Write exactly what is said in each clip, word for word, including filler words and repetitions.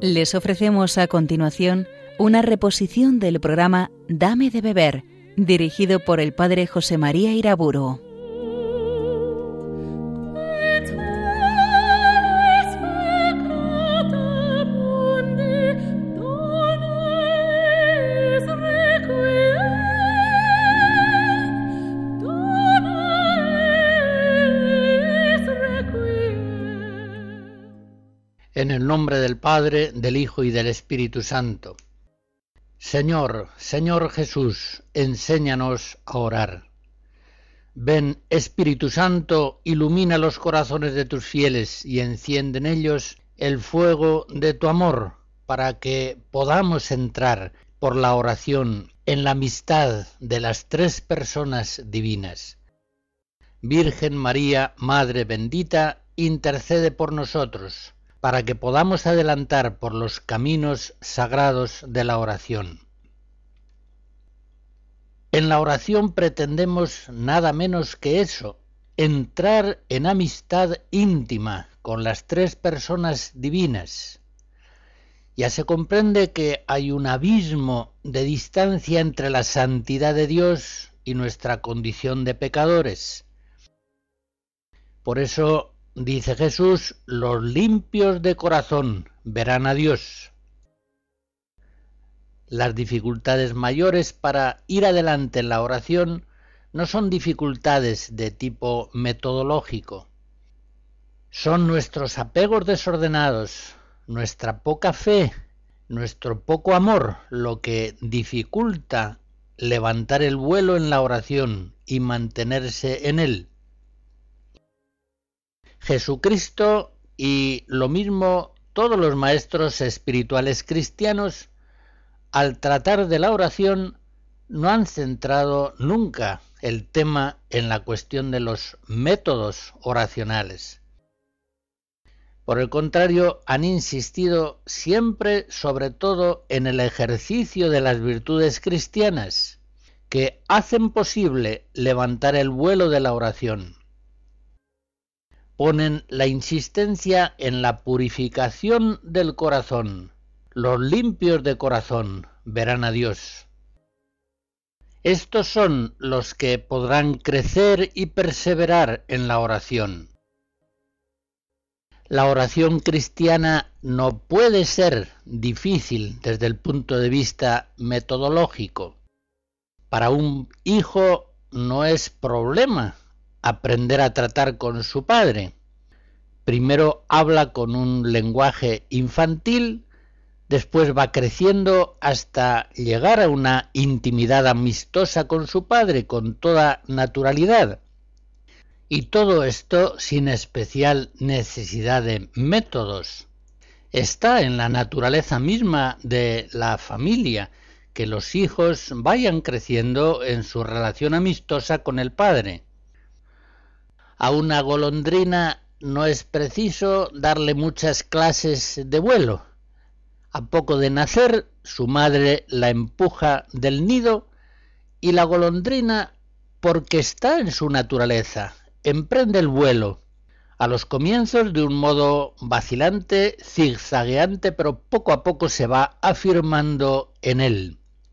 Les ofrecemos a continuación una reposición del programa Dame de beber, dirigido por el padre José María Iraburu. En el nombre del Padre, del Hijo y del Espíritu Santo. Señor, Señor Jesús, enséñanos a orar. Ven, Espíritu Santo, ilumina los corazones de tus fieles y enciende en ellos el fuego de tu amor, para que podamos entrar por la oración en la amistad de las tres personas divinas. Virgen María, Madre bendita, intercede por nosotros, para que podamos adelantar por los caminos sagrados de la oración. En la oración pretendemos nada menos que eso, entrar en amistad íntima con las tres personas divinas. Ya se comprende que hay un abismo de distancia entre la santidad de Dios y nuestra condición de pecadores. Por eso dice Jesús, los limpios de corazón verán a Dios. Las dificultades mayores para ir adelante en la oración no son dificultades de tipo metodológico. Son nuestros apegos desordenados, nuestra poca fe, nuestro poco amor, lo que dificulta levantar el vuelo en la oración y mantenerse en él. Jesucristo y lo mismo todos los maestros espirituales cristianos, al tratar de la oración, no han centrado nunca el tema en la cuestión de los métodos oracionales. Por el contrario, han insistido siempre sobre todo en el ejercicio de las virtudes cristianas, que hacen posible levantar el vuelo de la oración. Ponen la insistencia en la purificación del corazón. Los limpios de corazón verán a Dios. Estos son los que podrán crecer y perseverar en la oración. La oración cristiana no puede ser difícil desde el punto de vista metodológico. Para un hijo no es problema aprender a tratar con su padre. Primero habla con un lenguaje infantil, después va creciendo hasta llegar a una intimidad amistosa con su padre con toda naturalidad. Y todo esto sin especial necesidad de métodos. Está en la naturaleza misma de la familia, que los hijos vayan creciendo en su relación amistosa con el padre. A una golondrina no es preciso darle muchas clases de vuelo. A poco de nacer, su madre la empuja del nido y la golondrina, porque está en su naturaleza, emprende el vuelo, a los comienzos de un modo vacilante, zigzagueante, pero poco a poco se va afirmando en él.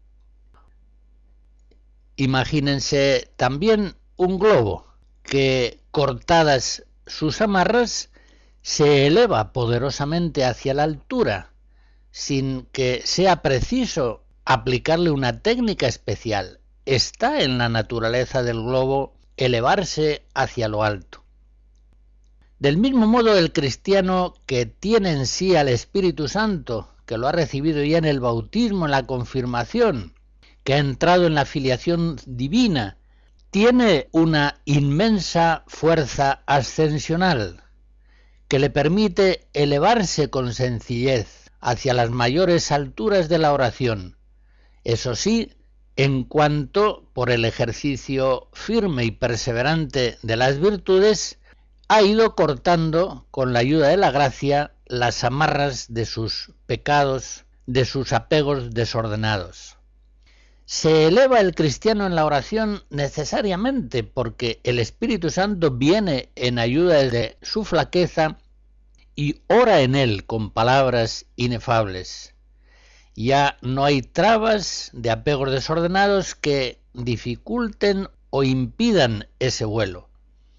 Imagínense también un globo que, cortadas sus amarras, se eleva poderosamente hacia la altura, sin que sea preciso aplicarle una técnica especial. Está en la naturaleza del globo elevarse hacia lo alto. Del mismo modo, el cristiano que tiene en sí al Espíritu Santo, que lo ha recibido ya en el bautismo, en la confirmación, que ha entrado en la filiación divina, tiene una inmensa fuerza ascensional que le permite elevarse con sencillez hacia las mayores alturas de la oración. Eso sí, en cuanto, por el ejercicio firme y perseverante de las virtudes, ha ido cortando, con la ayuda de la gracia, las amarras de sus pecados, de sus apegos desordenados. Se eleva el cristiano en la oración necesariamente porque el Espíritu Santo viene en ayuda de su flaqueza y ora en él con palabras inefables. Ya no hay trabas de apegos desordenados que dificulten o impidan ese vuelo.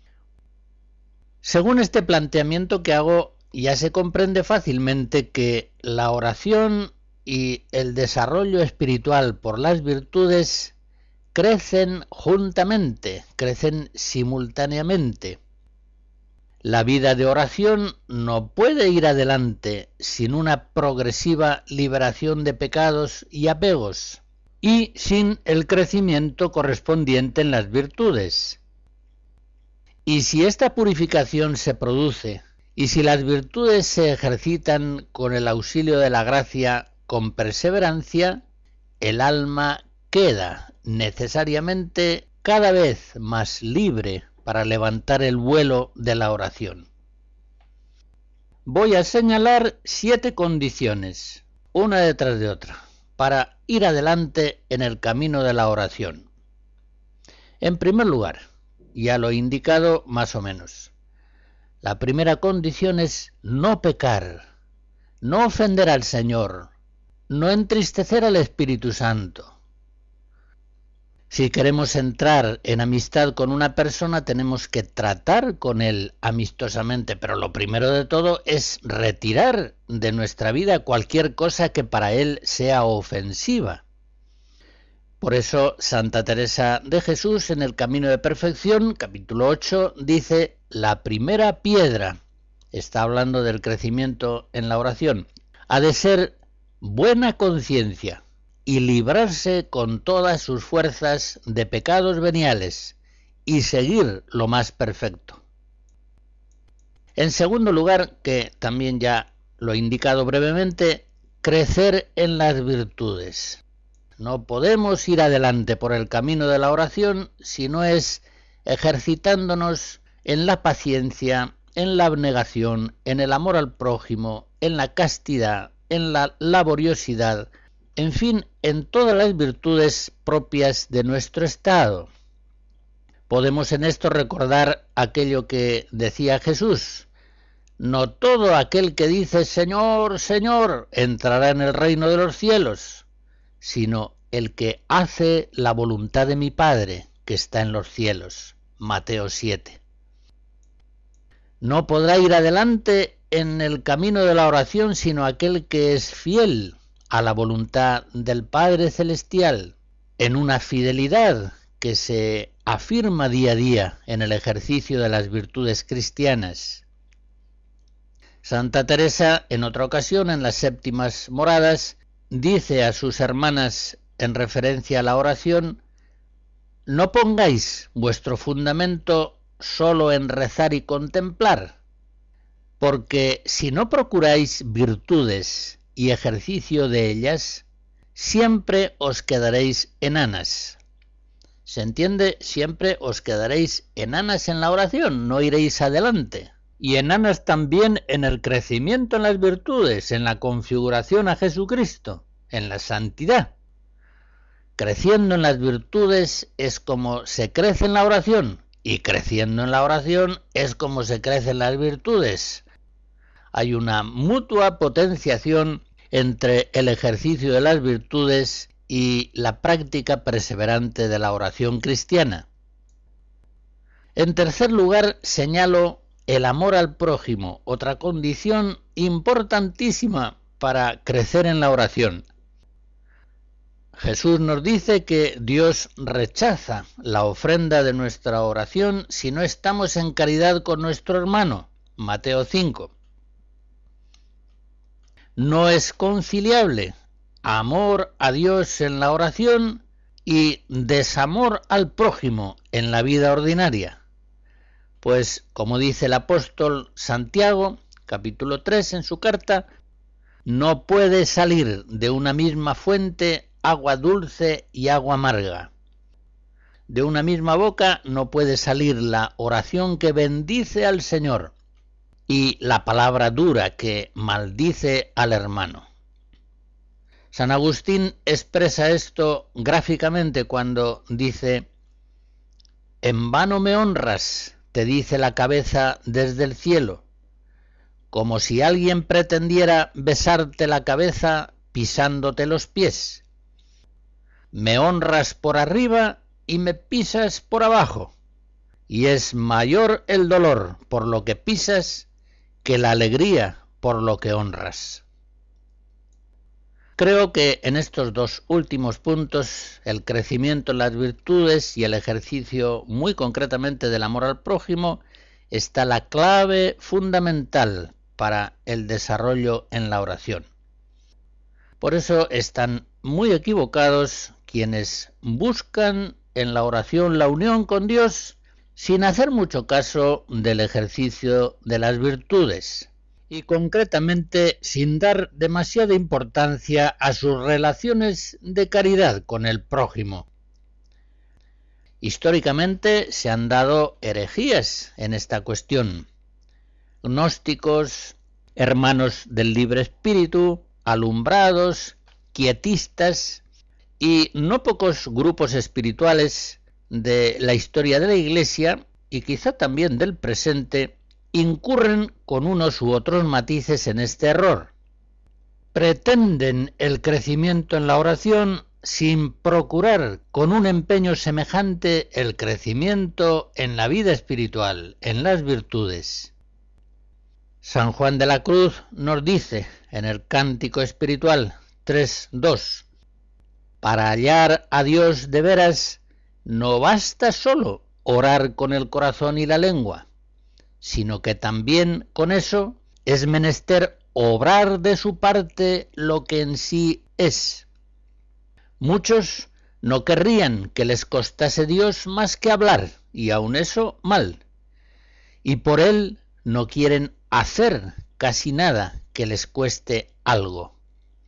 Según este planteamiento que hago, ya se comprende fácilmente que la oración y el desarrollo espiritual por las virtudes crecen juntamente, crecen simultáneamente. La vida de oración no puede ir adelante sin una progresiva liberación de pecados y apegos, y sin el crecimiento correspondiente en las virtudes. Y si esta purificación se produce, y si las virtudes se ejercitan con el auxilio de la gracia con perseverancia, el alma queda necesariamente cada vez más libre para levantar el vuelo de la oración. Voy a señalar siete condiciones, una detrás de otra, para ir adelante en el camino de la oración. En primer lugar, ya lo he indicado más o menos, la primera condición es no pecar, no ofender al Señor, no entristecer al Espíritu Santo. Si queremos entrar en amistad con una persona, tenemos que tratar con él amistosamente, pero lo primero de todo es retirar de nuestra vida cualquier cosa que para él sea ofensiva. Por eso Santa Teresa de Jesús, en el Camino de Perfección, capítulo ocho, dice: la primera piedra, está hablando del crecimiento en la oración, ha de ser buena conciencia y librarse con todas sus fuerzas de pecados veniales y seguir lo más perfecto. En segundo lugar, que también ya lo he indicado brevemente, crecer en las virtudes. No podemos ir adelante por el camino de la oración si no es ejercitándonos en la paciencia, en la abnegación, en el amor al prójimo, en la castidad, en la laboriosidad, en fin, en todas las virtudes propias de nuestro estado. Podemos en esto recordar aquello que decía Jesús: no todo aquel que dice Señor, Señor, entrará en el reino de los cielos, sino el que hace la voluntad de mi Padre que está en los cielos. Mateo siete. No podrá ir adelante en el camino de la oración sino aquel que es fiel a la voluntad del Padre Celestial, en una fidelidad que se afirma día a día en el ejercicio de las virtudes cristianas. Santa Teresa, en otra ocasión, en las séptimas moradas, dice a sus hermanas en referencia a la oración: no pongáis vuestro fundamento solo en rezar y contemplar, porque si no procuráis virtudes y ejercicio de ellas, siempre os quedaréis enanas. ¿Se entiende? Siempre os quedaréis enanas en la oración, no iréis adelante. Y enanas también en el crecimiento en las virtudes, en la configuración a Jesucristo, en la santidad. Creciendo en las virtudes es como se crece en la oración, y creciendo en la oración es como se crece en las virtudes. Hay una mutua potenciación entre el ejercicio de las virtudes y la práctica perseverante de la oración cristiana. En tercer lugar, señalo el amor al prójimo, otra condición importantísima para crecer en la oración. Jesús nos dice que Dios rechaza la ofrenda de nuestra oración si no estamos en caridad con nuestro hermano. Mateo cinco. No es conciliable amor a Dios en la oración y desamor al prójimo en la vida ordinaria. Pues, como dice el apóstol Santiago, capítulo tres en su carta, no puede salir de una misma fuente agua dulce y agua amarga. De una misma boca no puede salir la oración que bendice al Señor y la palabra dura que maldice al hermano. San Agustín expresa esto gráficamente cuando dice: en vano me honras, te dice la cabeza desde el cielo, como si alguien pretendiera besarte la cabeza pisándote los pies. Me honras por arriba y me pisas por abajo, y es mayor el dolor por lo que pisas que la alegría por lo que honras. Creo que en estos dos últimos puntos, el crecimiento en las virtudes y el ejercicio muy concretamente del amor al prójimo, está la clave fundamental para el desarrollo en la oración. Por eso están muy equivocados quienes buscan en la oración la unión con Dios sin hacer mucho caso del ejercicio de las virtudes, y concretamente sin dar demasiada importancia a sus relaciones de caridad con el prójimo. Históricamente se han dado herejías en esta cuestión. Gnósticos, hermanos del libre espíritu, alumbrados, quietistas y no pocos grupos espirituales de la historia de la Iglesia y quizá también del presente incurren con unos u otros matices en este error. Pretenden el crecimiento en la oración sin procurar con un empeño semejante el crecimiento en la vida espiritual, en las virtudes. San Juan de la Cruz nos dice en el Cántico Espiritual tres dos: para hallar a Dios de veras no basta solo orar con el corazón y la lengua, sino que también con eso es menester obrar de su parte lo que en sí es. Muchos no querrían que les costase Dios más que hablar, y aun eso mal, y por él no quieren hacer casi nada que les cueste algo.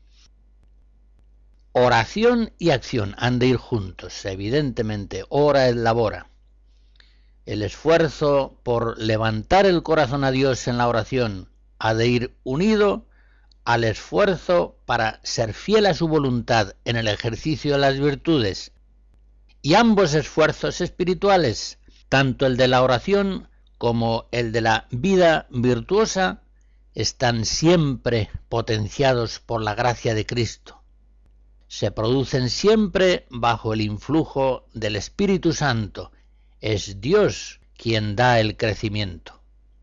Oración y acción han de ir juntos, evidentemente, ora et labora. El esfuerzo por levantar el corazón a Dios en la oración ha de ir unido al esfuerzo para ser fiel a su voluntad en el ejercicio de las virtudes. Y ambos esfuerzos espirituales, tanto el de la oración como el de la vida virtuosa, están siempre potenciados por la gracia de Cristo. Se producen siempre bajo el influjo del Espíritu Santo. Es Dios quien da el crecimiento.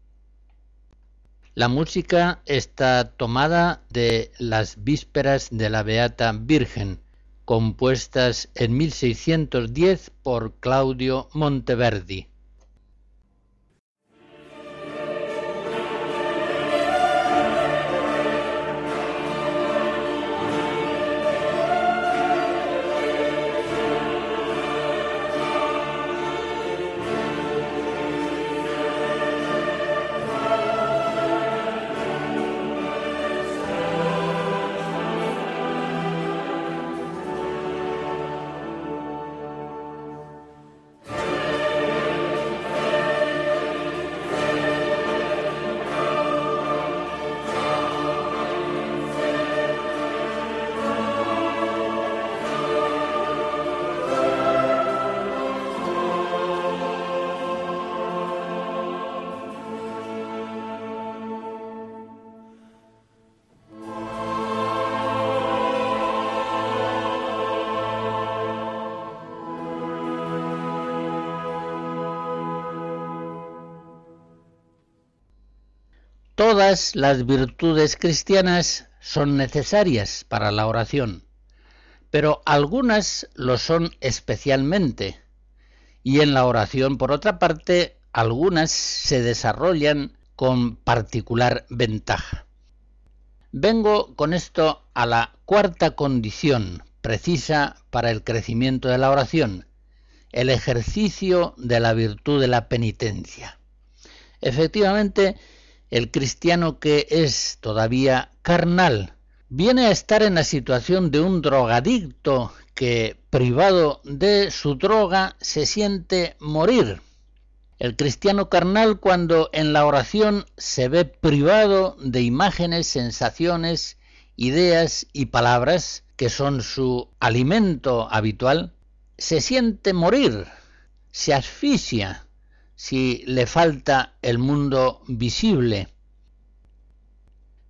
La música está tomada de las vísperas de la Beata Virgen, compuestas en mil seiscientos diez por Claudio Monteverdi. Todas las virtudes cristianas son necesarias para la oración, pero algunas lo son especialmente, y en la oración, por otra parte, algunas se desarrollan con particular ventaja. Vengo con esto a la cuarta condición precisa para el crecimiento de la oración, el ejercicio de la virtud de la penitencia. Efectivamente, el cristiano que es todavía carnal viene a estar en la situación de un drogadicto que, privado de su droga, se siente morir. El cristiano carnal, cuando en la oración se ve privado de imágenes, sensaciones, ideas y palabras que son su alimento habitual, se siente morir, se asfixia si le falta el mundo visible.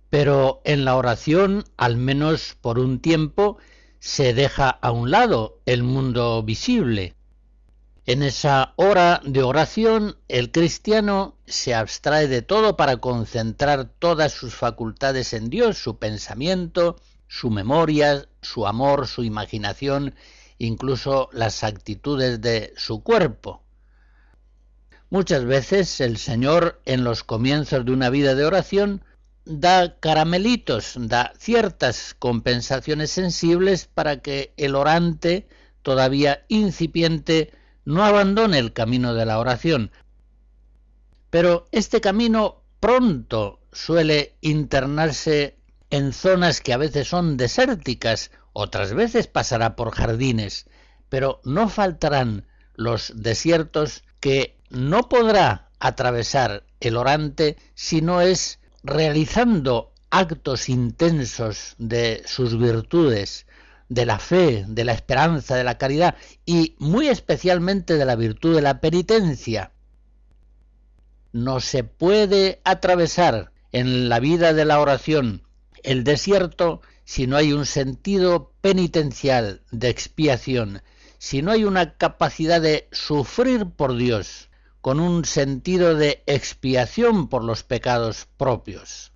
Pero en la oración, al menos por un tiempo, se deja a un lado el mundo visible. En esa hora de oración, el cristiano se abstrae de todo para concentrar todas sus facultades en Dios, su pensamiento, su memoria, su amor, su imaginación, incluso las actitudes de su cuerpo. Muchas veces el Señor, en los comienzos de una vida de oración, da caramelitos, da ciertas compensaciones sensibles para que el orante, todavía incipiente, no abandone el camino de la oración. Pero este camino pronto suele internarse en zonas que a veces son desérticas, otras veces pasará por jardines, pero no faltarán los desiertos que no podrá atravesar el orante si no es realizando actos intensos de sus virtudes, de la fe, de la esperanza, de la caridad y muy especialmente de la virtud de la penitencia. No se puede atravesar en la vida de la oración el desierto si no hay un sentido penitencial de expiación, si no hay una capacidad de sufrir por Dios, con un sentido de expiación por los pecados propios.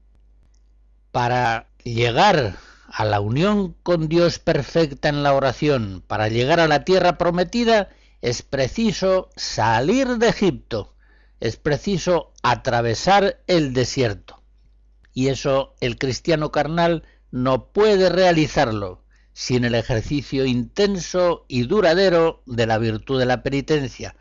Para llegar a la unión con Dios perfecta en la oración, para llegar a la tierra prometida, es preciso salir de Egipto, es preciso atravesar el desierto. Y eso el cristiano carnal no puede realizarlo sin el ejercicio intenso y duradero de la virtud de la penitencia.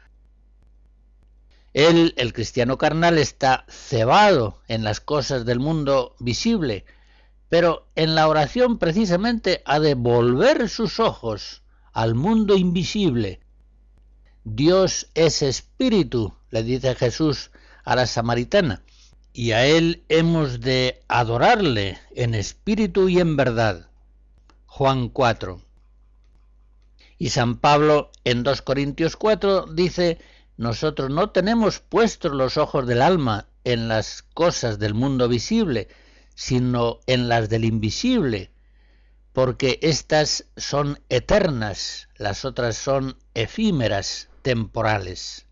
Él, el cristiano carnal, está cebado en las cosas del mundo visible, pero en la oración precisamente ha de volver sus ojos al mundo invisible. Dios es espíritu, le dice Jesús a la samaritana, y a Él hemos de adorarle en espíritu y en verdad. Juan cuatro. Y San Pablo en dos Corintios cuatro dice: nosotros no tenemos puestos los ojos del alma en las cosas del mundo visible, sino en las del invisible, porque éstas son eternas, las otras son efímeras, temporales.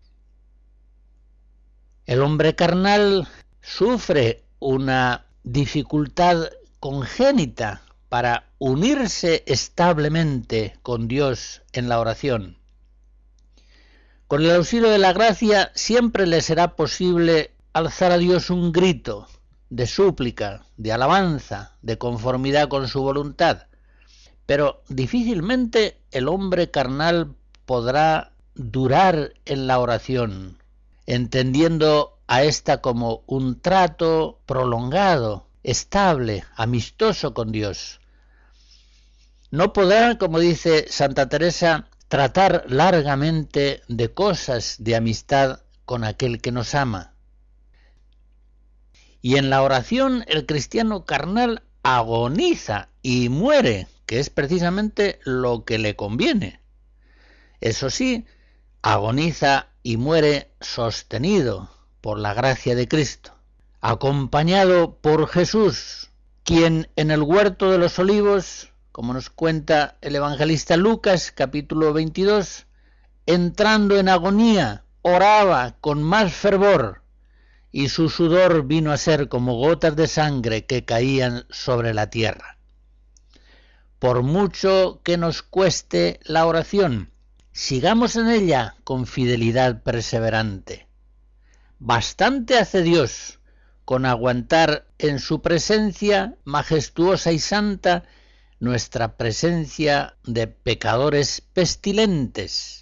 El hombre carnal sufre una dificultad congénita para unirse establemente con Dios en la oración. Con el auxilio de la gracia siempre le será posible alzar a Dios un grito de súplica, de alabanza, de conformidad con su voluntad, pero difícilmente el hombre carnal podrá durar en la oración, entendiendo a ésta como un trato prolongado, estable, amistoso con Dios. No podrá, como dice Santa Teresa, tratar largamente de cosas de amistad con aquel que nos ama. Y en la oración el cristiano carnal agoniza y muere, que es precisamente lo que le conviene. Eso sí, agoniza y muere sostenido por la gracia de Cristo, acompañado por Jesús, quien en el huerto de los olivos, como nos cuenta el evangelista Lucas, capítulo veintidós, entrando en agonía, oraba con más fervor, y su sudor vino a ser como gotas de sangre que caían sobre la tierra. Por mucho que nos cueste la oración, sigamos en ella con fidelidad perseverante. Bastante hace Dios con aguantar en su presencia majestuosa y santa nuestra presencia de pecadores pestilentes.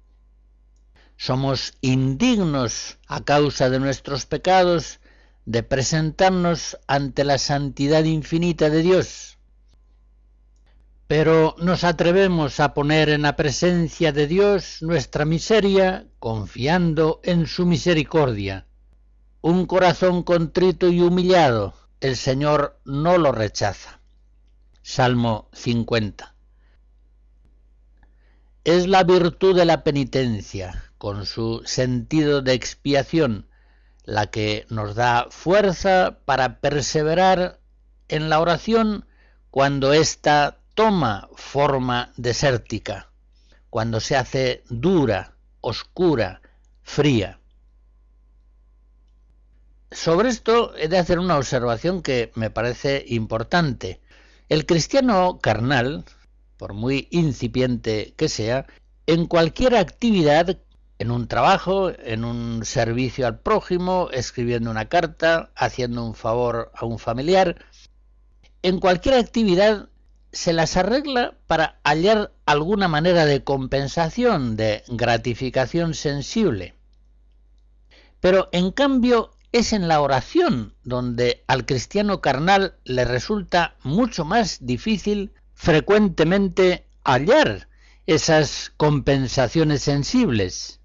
Somos indignos a causa de nuestros pecados de presentarnos ante la santidad infinita de Dios. Pero nos atrevemos a poner en la presencia de Dios nuestra miseria, confiando en su misericordia. Un corazón contrito y humillado, el Señor no lo rechaza. Salmo cincuenta. Es la virtud de la penitencia, con su sentido de expiación, la que nos da fuerza para perseverar en la oración cuando ésta toma forma desértica, cuando se hace dura, oscura, fría. Sobre esto he de hacer una observación que me parece importante. El cristiano carnal, por muy incipiente que sea, en cualquier actividad, en un trabajo, en un servicio al prójimo, escribiendo una carta, haciendo un favor a un familiar, en cualquier actividad se las arregla para hallar alguna manera de compensación, de gratificación sensible. Pero en cambio es en la oración donde al cristiano carnal le resulta mucho más difícil frecuentemente hallar esas compensaciones sensibles.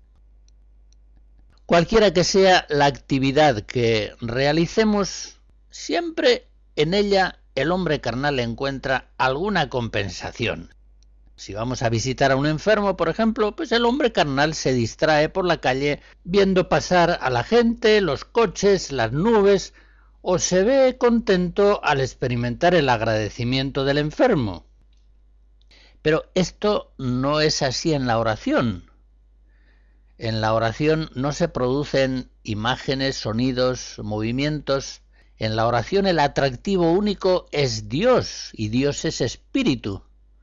Cualquiera que sea la actividad que realicemos, siempre en ella el hombre carnal encuentra alguna compensación. Si vamos a visitar a un enfermo, por ejemplo, pues el hombre carnal se distrae por la calle viendo pasar a la gente, los coches, las nubes, o se ve contento al experimentar el agradecimiento del enfermo. Pero esto no es así en la oración. En la oración no se producen imágenes, sonidos, movimientos. En la oración el atractivo único es Dios, y Dios es espíritu.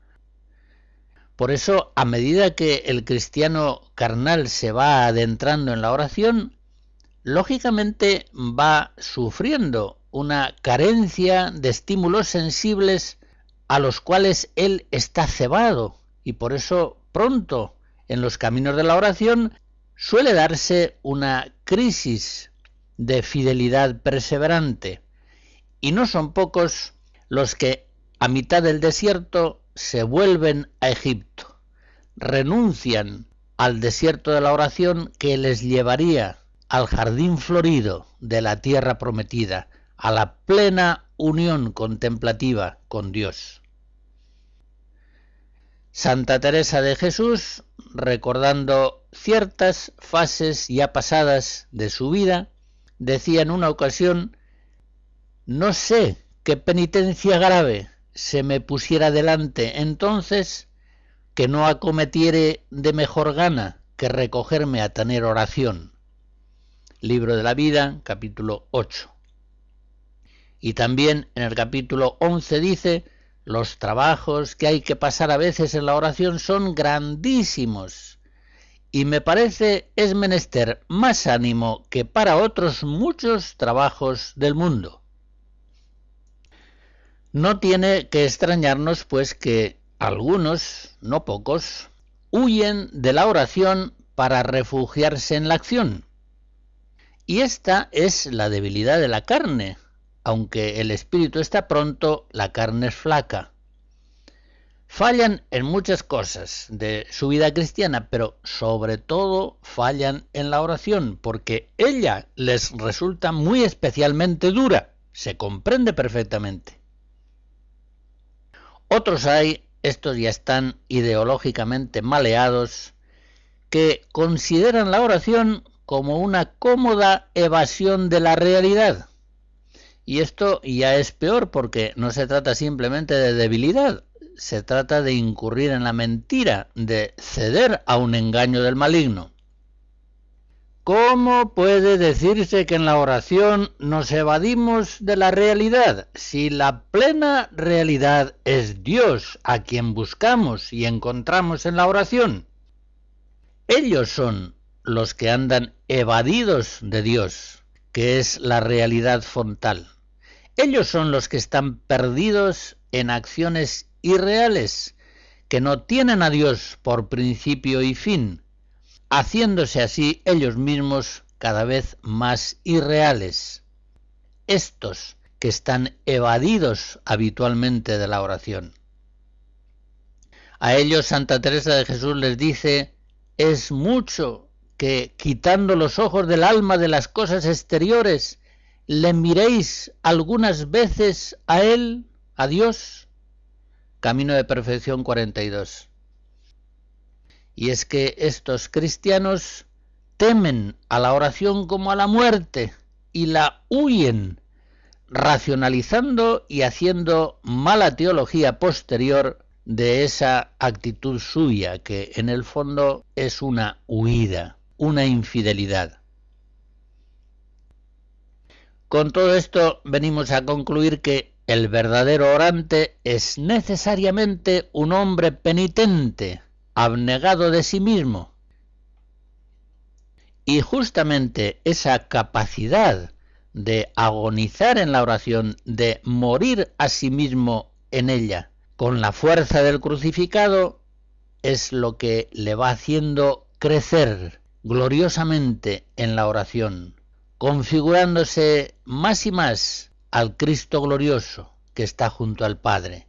Por eso, a medida que el cristiano carnal se va adentrando en la oración, lógicamente va sufriendo una carencia de estímulos sensibles a los cuales él está cebado, y por eso pronto en los caminos de la oración suele darse una crisis de fidelidad perseverante, y no son pocos los que a mitad del desierto se vuelven a Egipto, renuncian al desierto de la oración que les llevaría al jardín florido de la tierra prometida, a la plena unión contemplativa con Dios. Santa Teresa de Jesús, recordando ciertas fases ya pasadas de su vida, decía en una ocasión: «No sé qué penitencia grave se me pusiera delante entonces que no acometiere de mejor gana que recogerme a tener oración». Libro de la Vida, capítulo ocho. Y también en el capítulo once dice: «Los trabajos que hay que pasar a veces en la oración son grandísimos, y me parece es menester más ánimo que para otros muchos trabajos del mundo». No tiene que extrañarnos, pues, que algunos, no pocos, huyen de la oración para refugiarse en la acción. Y esta es la debilidad de la carne. Aunque el espíritu está pronto, la carne es flaca. Fallan en muchas cosas de su vida cristiana, pero sobre todo fallan en la oración, porque ella les resulta muy especialmente dura. Se comprende perfectamente. Otros hay, estos ya están ideológicamente maleados, que consideran la oración como una cómoda evasión de la realidad. Y esto ya es peor, porque no se trata simplemente de debilidad, se trata de incurrir en la mentira, de ceder a un engaño del maligno. ¿Cómo puede decirse que en la oración nos evadimos de la realidad, si la plena realidad es Dios, a quien buscamos y encontramos en la oración? Ellos son los que andan evadidos de Dios, que es la realidad fontal. Ellos son los que están perdidos en acciones irreales, que no tienen a Dios por principio y fin, haciéndose así ellos mismos cada vez más irreales. Estos que están evadidos habitualmente de la oración. A ellos Santa Teresa de Jesús les dice: «Es mucho que, quitando los ojos del alma de las cosas exteriores, le miréis algunas veces a Él, a Dios». Camino de Perfección cuarenta y dos. Y es que estos cristianos temen a la oración como a la muerte y la huyen, racionalizando y haciendo mala teología posterior de esa actitud suya, que en el fondo es una huida, una infidelidad. Con todo esto venimos a concluir que el verdadero orante es necesariamente un hombre penitente, abnegado de sí mismo. Y justamente esa capacidad de agonizar en la oración, de morir a sí mismo en ella, con la fuerza del crucificado, es lo que le va haciendo crecer gloriosamente en la oración, configurándose más y más al Cristo glorioso que está junto al Padre.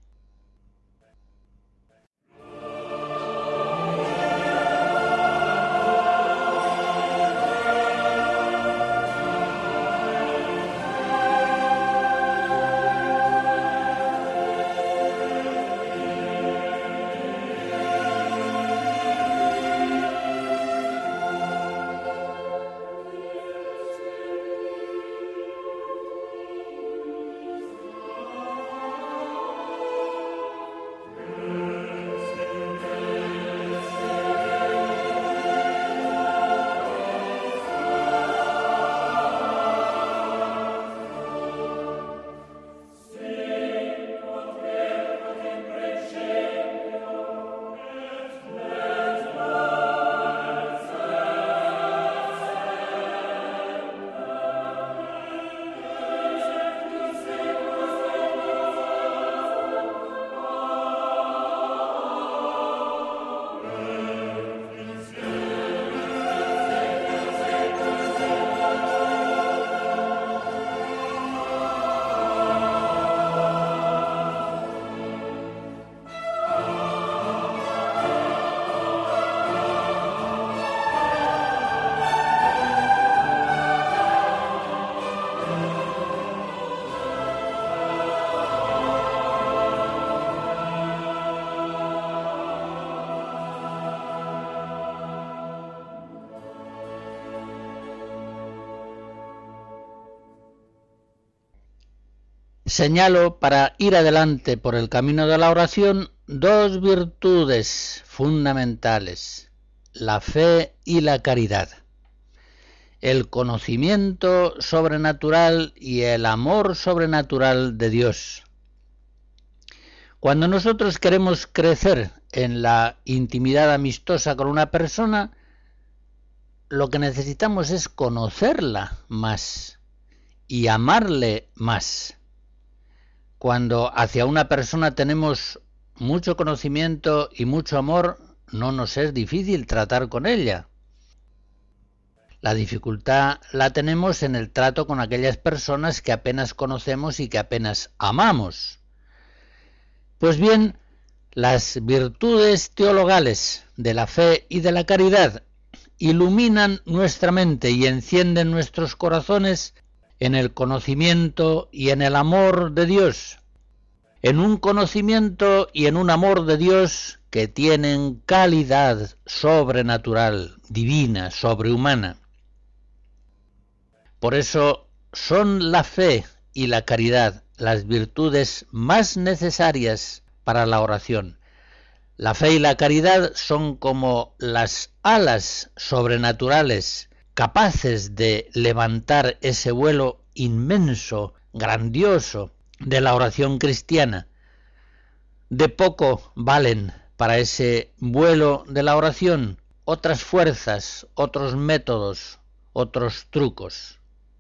Señalo, para ir adelante por el camino de la oración, dos virtudes fundamentales: la fe y la caridad. El conocimiento sobrenatural y el amor sobrenatural de Dios. Cuando nosotros queremos crecer en la intimidad amistosa con una persona, lo que necesitamos es conocerla más y amarle más. Cuando hacia una persona tenemos mucho conocimiento y mucho amor, no nos es difícil tratar con ella. La dificultad la tenemos en el trato con aquellas personas que apenas conocemos y que apenas amamos. Pues bien, las virtudes teologales de la fe y de la caridad iluminan nuestra mente y encienden nuestros corazones en el conocimiento y en el amor de Dios, en un conocimiento y en un amor de Dios que tienen calidad sobrenatural, divina, sobrehumana. Por eso son la fe y la caridad las virtudes más necesarias para la oración. La fe y la caridad son como las alas sobrenaturales capaces de levantar ese vuelo inmenso, grandioso de la oración cristiana. De poco valen para ese vuelo de la oración otras fuerzas, otros métodos, otros trucos.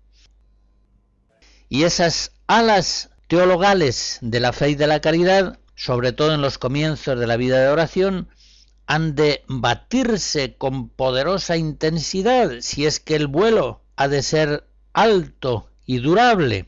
Y esas alas teologales de la fe y de la caridad, sobre todo en los comienzos de la vida de oración, han de batirse con poderosa intensidad si es que el vuelo ha de ser alto y durable.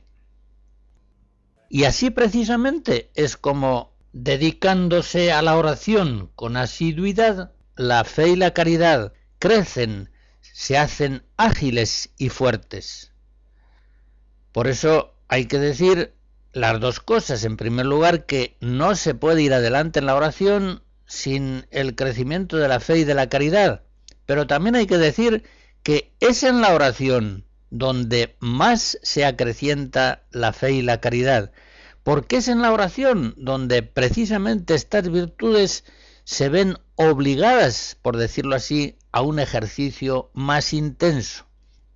Y así precisamente es como, dedicándose a la oración con asiduidad, la fe y la caridad crecen, se hacen ágiles y fuertes. Por eso hay que decir las dos cosas. En primer lugar, que no se puede ir adelante en la oración sin el crecimiento de la fe y de la caridad, pero también hay que decir que es en la oración donde más se acrecienta la fe y la caridad, porque es en la oración donde precisamente estas virtudes se ven obligadas, por decirlo así, a un ejercicio más intenso.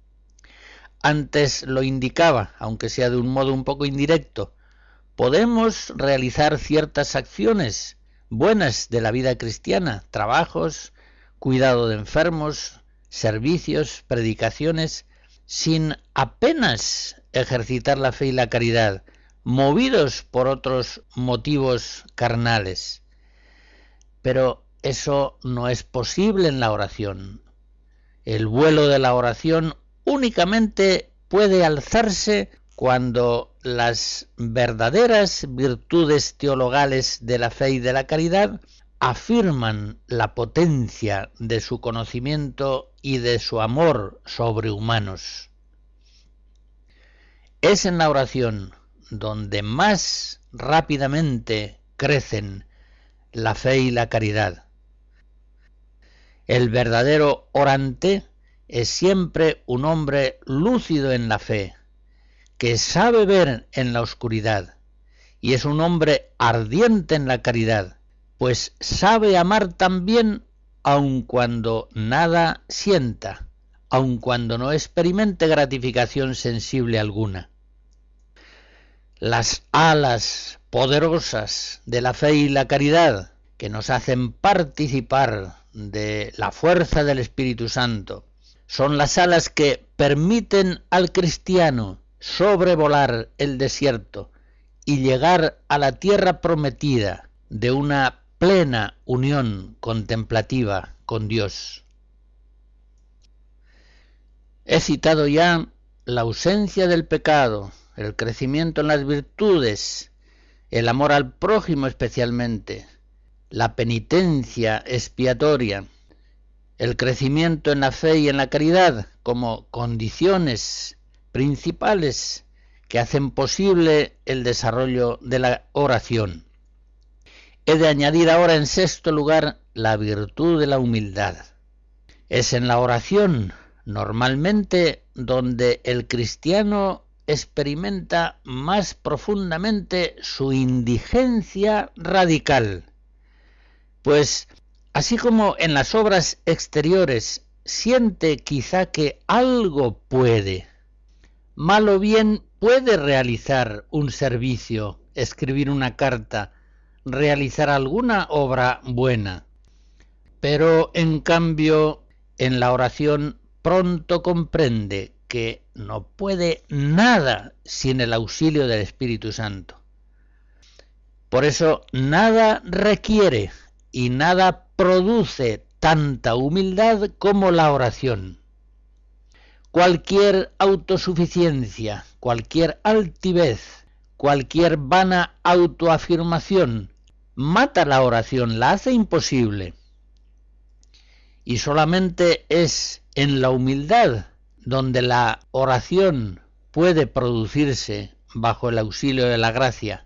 Antes lo indicaba, aunque sea de un modo un poco indirecto, podemos realizar ciertas acciones buenas de la vida cristiana, trabajos, cuidado de enfermos, servicios, predicaciones, sin apenas ejercitar la fe y la caridad, movidos por otros motivos carnales. Pero eso no es posible en la oración. El vuelo de la oración únicamente puede alzarse cuando las verdaderas virtudes teologales de la fe y de la caridad afirman la potencia de su conocimiento y de su amor sobrehumanos. Es en la oración donde más rápidamente crecen la fe y la caridad. El verdadero orante es siempre un hombre lúcido en la fe, que sabe ver en la oscuridad, y es un hombre ardiente en la caridad, pues sabe amar también aun cuando nada sienta, aun cuando no experimente gratificación sensible alguna. Las alas poderosas de la fe y la caridad, que nos hacen participar de la fuerza del Espíritu Santo, son las alas que permiten al cristiano sobrevolar el desierto y llegar a la tierra prometida de una plena unión contemplativa con Dios. He citado ya la ausencia del pecado, el crecimiento en las virtudes, el amor al prójimo especialmente, la penitencia expiatoria, el crecimiento en la fe y en la caridad como condiciones principales que hacen posible el desarrollo de la oración. He de añadir ahora en sexto lugar la virtud de la humildad. Es en la oración normalmente donde el cristiano experimenta más profundamente su indigencia radical, pues así como en las obras exteriores siente quizá que algo puede, mal o bien puede realizar un servicio, escribir una carta, realizar alguna obra buena, pero en cambio en la oración pronto comprende que no puede nada sin el auxilio del Espíritu Santo. Por eso nada requiere y nada produce tanta humildad como la oración. Cualquier autosuficiencia, cualquier altivez, cualquier vana autoafirmación mata la oración, la hace imposible. Y solamente es en la humildad donde la oración puede producirse bajo el auxilio de la gracia.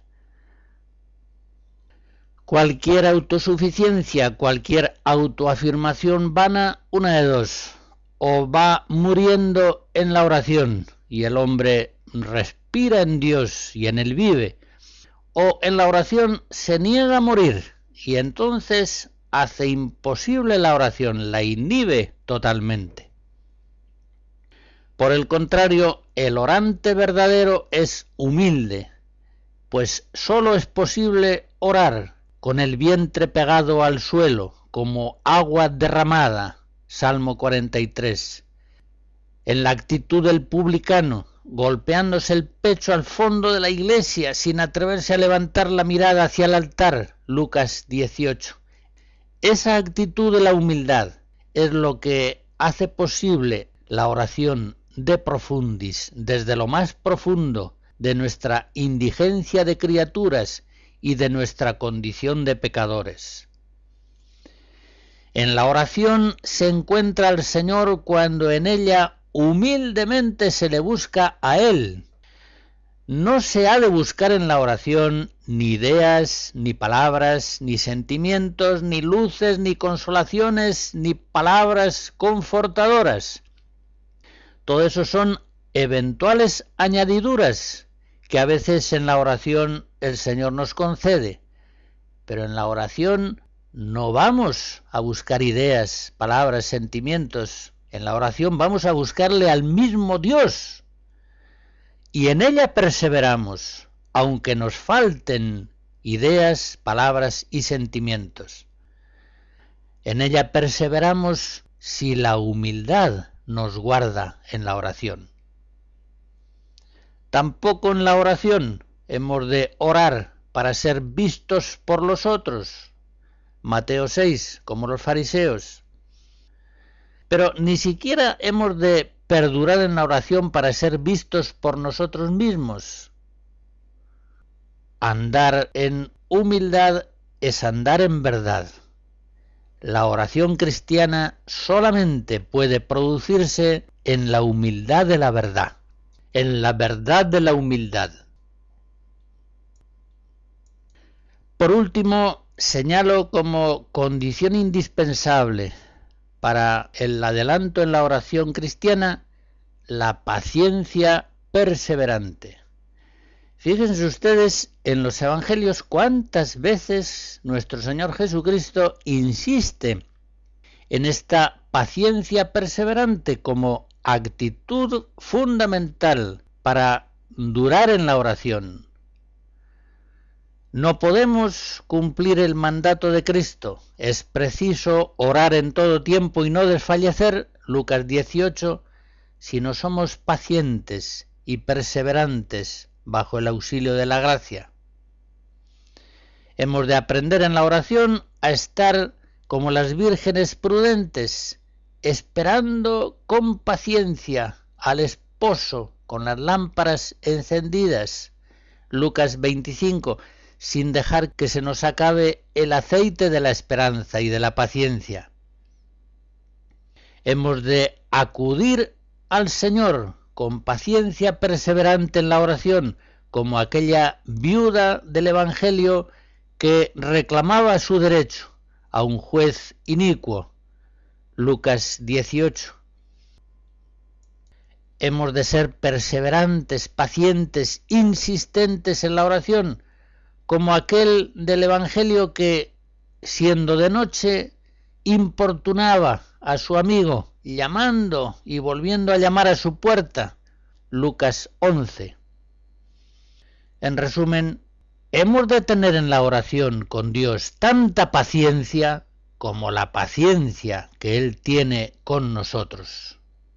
Cualquier autosuficiencia, cualquier autoafirmación vana, una de dos, o va muriendo en la oración y el hombre respira en Dios y en él vive, o en la oración se niega a morir y entonces hace imposible la oración, la inhibe totalmente. Por el contrario, el orante verdadero es humilde, pues sólo es posible orar con el vientre pegado al suelo, como agua derramada, Salmo cuarenta y tres. En la actitud del publicano, golpeándose el pecho al fondo de la iglesia, sin atreverse a levantar la mirada hacia el altar, Lucas dieciocho. Esa actitud de la humildad es lo que hace posible la oración de profundis, desde lo más profundo de nuestra indigencia de criaturas y de nuestra condición de pecadores. En la oración se encuentra al Señor cuando en ella humildemente se le busca a Él, no se ha de buscar en la oración ni ideas, ni palabras, ni sentimientos, ni luces, ni consolaciones, ni palabras confortadoras. Todo eso son eventuales añadiduras que a veces en la oración el Señor nos concede. Pero en la oración no vamos a buscar ideas, palabras, sentimientos. En la oración vamos a buscarle al mismo Dios. Y en ella perseveramos, aunque nos falten ideas, palabras y sentimientos. En ella perseveramos si la humildad nos guarda en la oración. Tampoco en la oración hemos de orar para ser vistos por los otros. Mateo seis, como los fariseos. Pero ni siquiera hemos de perdurar en la oración para ser vistos por nosotros mismos. Andar en humildad es andar en verdad. La oración cristiana solamente puede producirse en la humildad de la verdad, en la verdad de la humildad. Por último, señalo como condición indispensable para el adelanto en la oración cristiana la paciencia perseverante. Fíjense ustedes en los evangelios cuántas veces nuestro Señor Jesucristo insiste en esta paciencia perseverante como actitud fundamental para durar en la oración. No podemos cumplir el mandato de Cristo. Es preciso orar en todo tiempo y no desfallecer, Lucas dieciocho, si no somos pacientes y perseverantes bajo el auxilio de la gracia. Hemos de aprender en la oración a estar como las vírgenes prudentes, esperando con paciencia al esposo con las lámparas encendidas, Lucas veinticinco, sin dejar que se nos acabe el aceite de la esperanza y de la paciencia. Hemos de acudir al Señor con paciencia perseverante en la oración, como aquella viuda del Evangelio que reclamaba su derecho a un juez inicuo, Lucas dieciocho. Hemos de ser perseverantes, pacientes, insistentes en la oración, como aquel del Evangelio que, siendo de noche, importunaba a su amigo, llamando y volviendo a llamar a su puerta, Lucas once. En resumen, hemos de tener en la oración con Dios tanta paciencia como la paciencia que Él tiene con nosotros.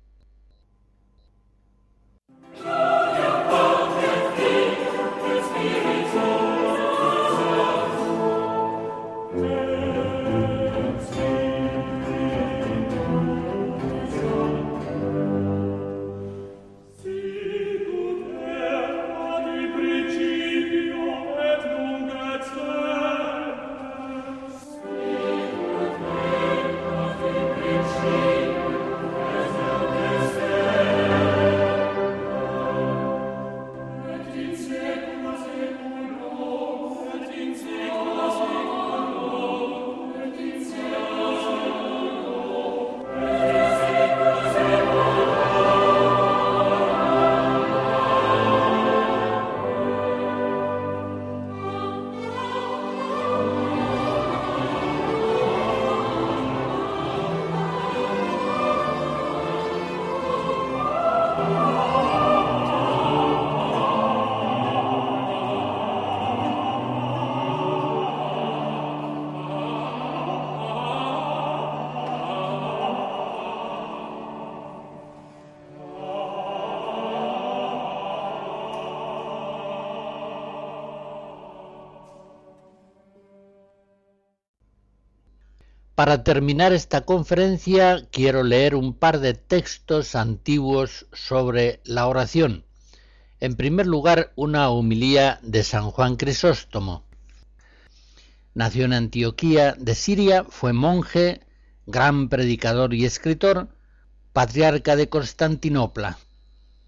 Para terminar esta conferencia quiero leer un par de textos antiguos sobre la oración. En primer lugar, una homilía de San Juan Crisóstomo. Nació en Antioquía de Siria, fue monje, gran predicador y escritor, patriarca de Constantinopla.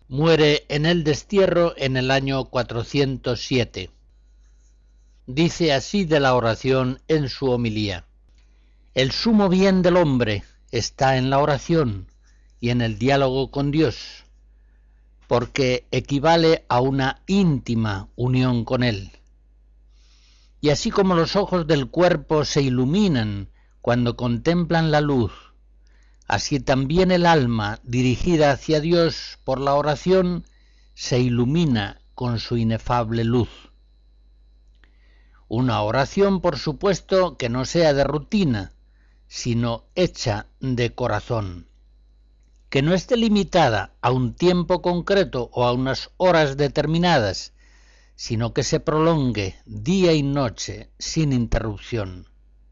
muere en el destierro en el año cuatrocientos siete. Dice así de la oración en su homilía: el sumo bien del hombre está en la oración y en el diálogo con Dios, porque equivale a una íntima unión con Él. Y así como los ojos del cuerpo se iluminan cuando contemplan la luz, así también el alma, dirigida hacia Dios por la oración, se ilumina con su inefable luz. Una oración, por supuesto, que no sea de rutina, sino hecha de corazón, que no esté limitada a un tiempo concreto o a unas horas determinadas, sino que se prolongue día y noche sin interrupción.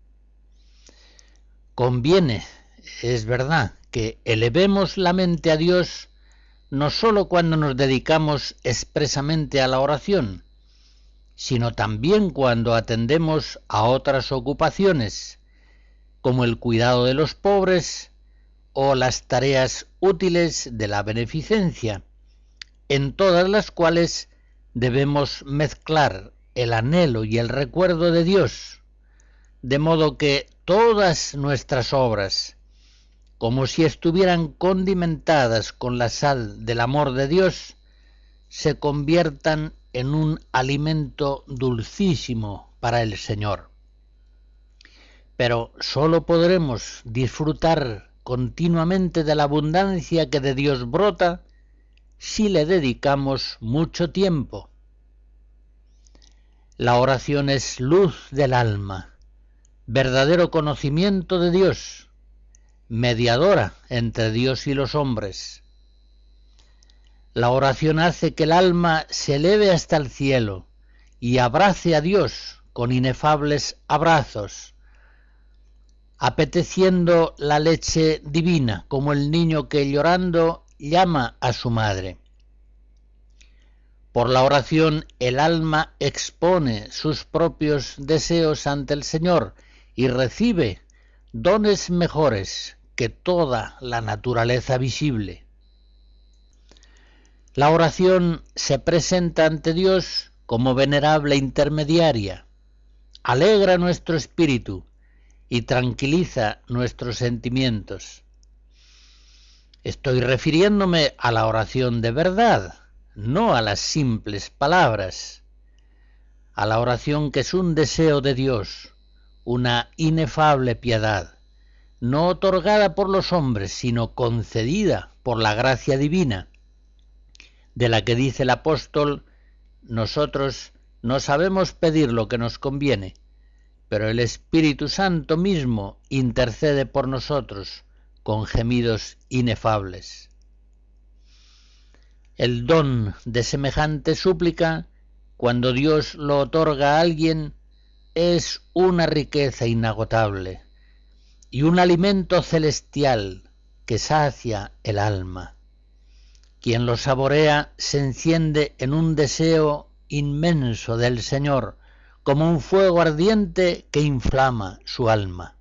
Conviene, es verdad, que elevemos la mente a Dios no sólo cuando nos dedicamos expresamente a la oración, sino también cuando atendemos a otras ocupaciones, como el cuidado de los pobres o las tareas útiles de la beneficencia, en todas las cuales debemos mezclar el anhelo y el recuerdo de Dios, de modo que todas nuestras obras, como si estuvieran condimentadas con la sal del amor de Dios, se conviertan en un alimento dulcísimo para el Señor. Pero sólo podremos disfrutar continuamente de la abundancia que de Dios brota si le dedicamos mucho tiempo. La oración es luz del alma, verdadero conocimiento de Dios, mediadora entre Dios y los hombres. La oración hace que el alma se eleve hasta el cielo y abrace a Dios con inefables abrazos, apeteciendo la leche divina, como el niño que llorando llama a su madre. Por la oración el alma expone sus propios deseos ante el Señor y recibe dones mejores que toda la naturaleza visible. La oración se presenta ante Dios como venerable intermediaria, alegra nuestro espíritu y tranquiliza nuestros sentimientos. Estoy refiriéndome a la oración de verdad, no a las simples palabras, a la oración que es un deseo de Dios, una inefable piedad, no otorgada por los hombres, sino concedida por la gracia divina, de la que dice el apóstol: nosotros no sabemos pedir lo que nos conviene, pero el Espíritu Santo mismo intercede por nosotros con gemidos inefables. El don de semejante súplica, cuando Dios lo otorga a alguien, es una riqueza inagotable y un alimento celestial que sacia el alma. Quien lo saborea se enciende en un deseo inmenso del Señor, como un fuego ardiente que inflama su alma.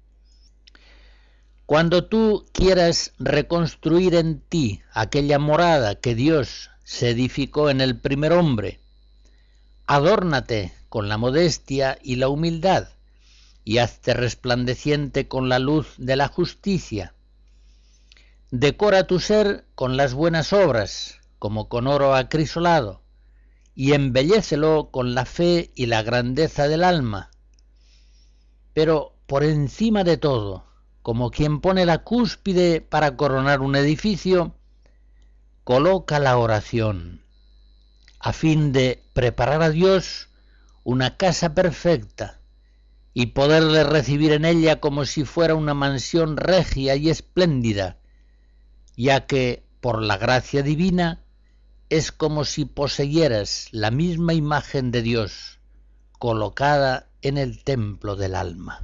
Cuando tú quieras reconstruir en ti aquella morada que Dios se edificó en el primer hombre, adórnate con la modestia y la humildad y hazte resplandeciente con la luz de la justicia. Decora tu ser con las buenas obras, como con oro acrisolado, y embellécelo con la fe y la grandeza del alma. Pero por encima de todo, como quien pone la cúspide para coronar un edificio, coloca la oración, a fin de preparar a Dios una casa perfecta y poderle recibir en ella como si fuera una mansión regia y espléndida, ya que, por la gracia divina, es como si poseyeras la misma imagen de Dios, colocada en el templo del alma.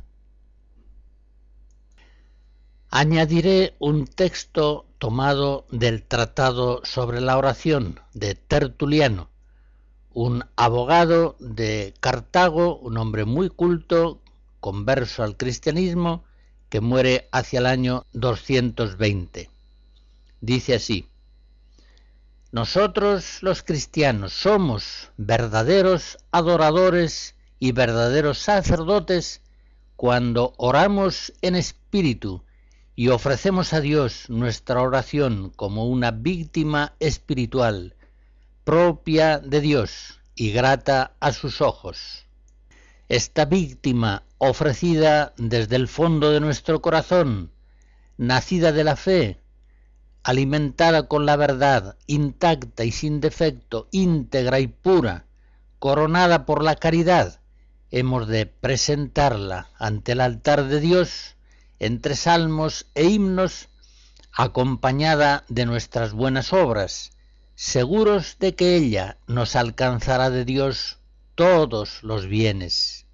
Añadiré un texto tomado del Tratado sobre la Oración de Tertuliano, un abogado de Cartago, un hombre muy culto, converso al cristianismo, que muere hacia el año doscientos veinte. Dice así: Nosotros los cristianos somos verdaderos adoradores y verdaderos sacerdotes cuando oramos en espíritu y ofrecemos a Dios nuestra oración como una víctima espiritual, propia de Dios y grata a sus ojos. Esta víctima ofrecida desde el fondo de nuestro corazón, nacida de la fe, alimentada con la verdad, intacta y sin defecto, íntegra y pura, coronada por la caridad, hemos de presentarla ante el altar de Dios entre salmos e himnos, acompañada de nuestras buenas obras, seguros de que ella nos alcanzará de Dios todos los bienes.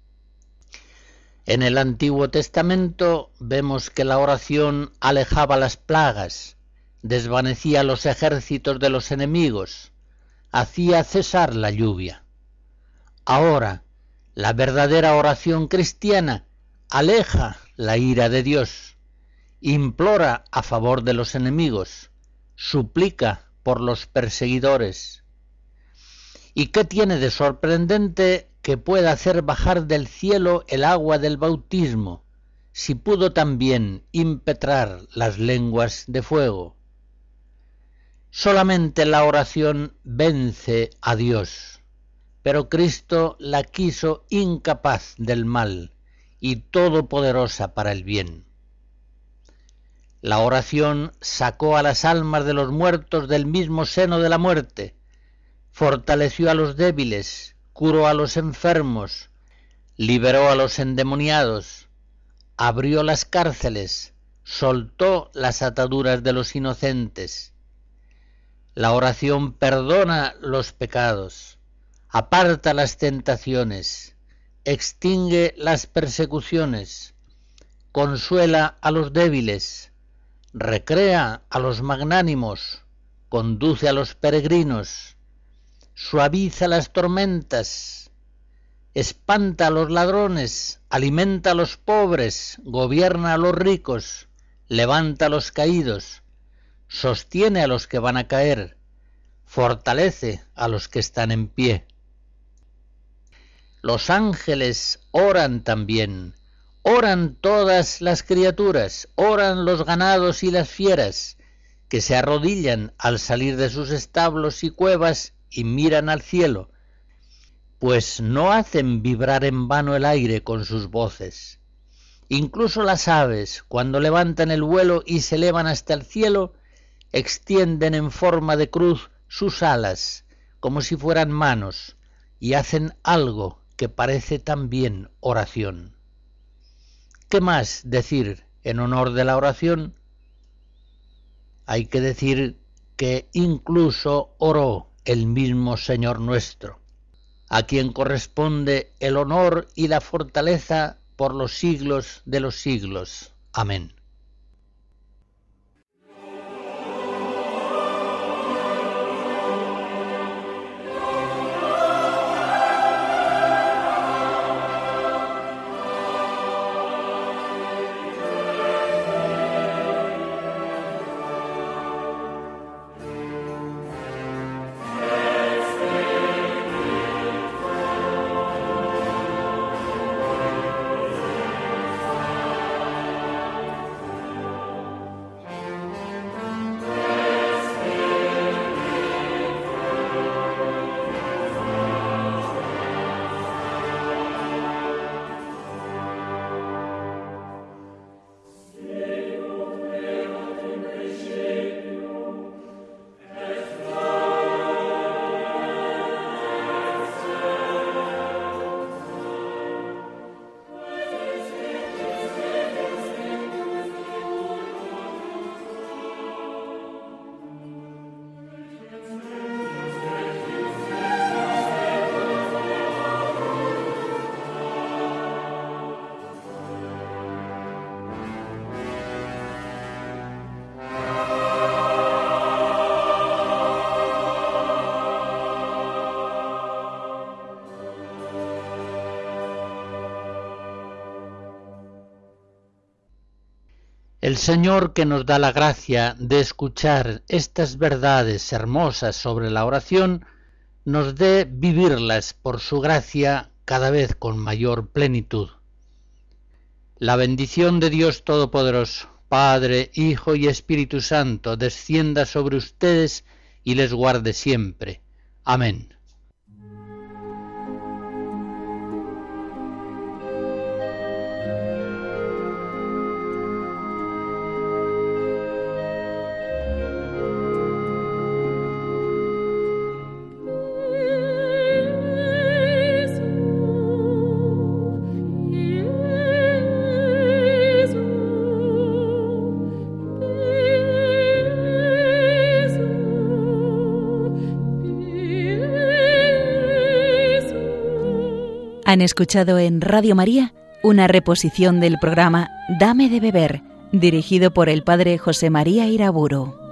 En el Antiguo Testamento vemos que la oración alejaba las plagas, desvanecía los ejércitos de los enemigos, hacía cesar la lluvia. Ahora, la verdadera oración cristiana aleja la ira de Dios, implora a favor de los enemigos, suplica por los perseguidores. ¿Y qué tiene de sorprendente que pueda hacer bajar del cielo el agua del bautismo, si pudo también impetrar las lenguas de fuego? Solamente la oración vence a Dios, pero Cristo la quiso incapaz del mal y todopoderosa para el bien. La oración sacó a las almas de los muertos del mismo seno de la muerte, fortaleció a los débiles, curó a los enfermos, liberó a los endemoniados, abrió las cárceles, soltó las ataduras de los inocentes. La oración perdona los pecados, aparta las tentaciones, extingue las persecuciones, consuela a los débiles, recrea a los magnánimos, conduce a los peregrinos, suaviza las tormentas, espanta a los ladrones, alimenta a los pobres, gobierna a los ricos, levanta a los caídos, sostiene a los que van a caer, fortalece a los que están en pie. Los ángeles oran también, oran todas las criaturas, oran los ganados y las fieras, que se arrodillan al salir de sus establos y cuevas y miran al cielo, pues no hacen vibrar en vano el aire con sus voces. Incluso las aves, cuando levantan el vuelo y se elevan hasta el cielo, extienden en forma de cruz sus alas, como si fueran manos, y hacen algo que parece también oración. ¿Qué más decir en honor de la oración? Hay que decir que incluso oró el mismo Señor nuestro, a quien corresponde el honor y la fortaleza por los siglos de los siglos. Amén. El Señor, que nos da la gracia de escuchar estas verdades hermosas sobre la oración, nos dé vivirlas por su gracia cada vez con mayor plenitud. La bendición de Dios Todopoderoso, Padre, Hijo y Espíritu Santo, descienda sobre ustedes y les guarde siempre. Amén. Han escuchado en Radio María una reposición del programa Dame de beber, dirigido por el padre José María Iraburu.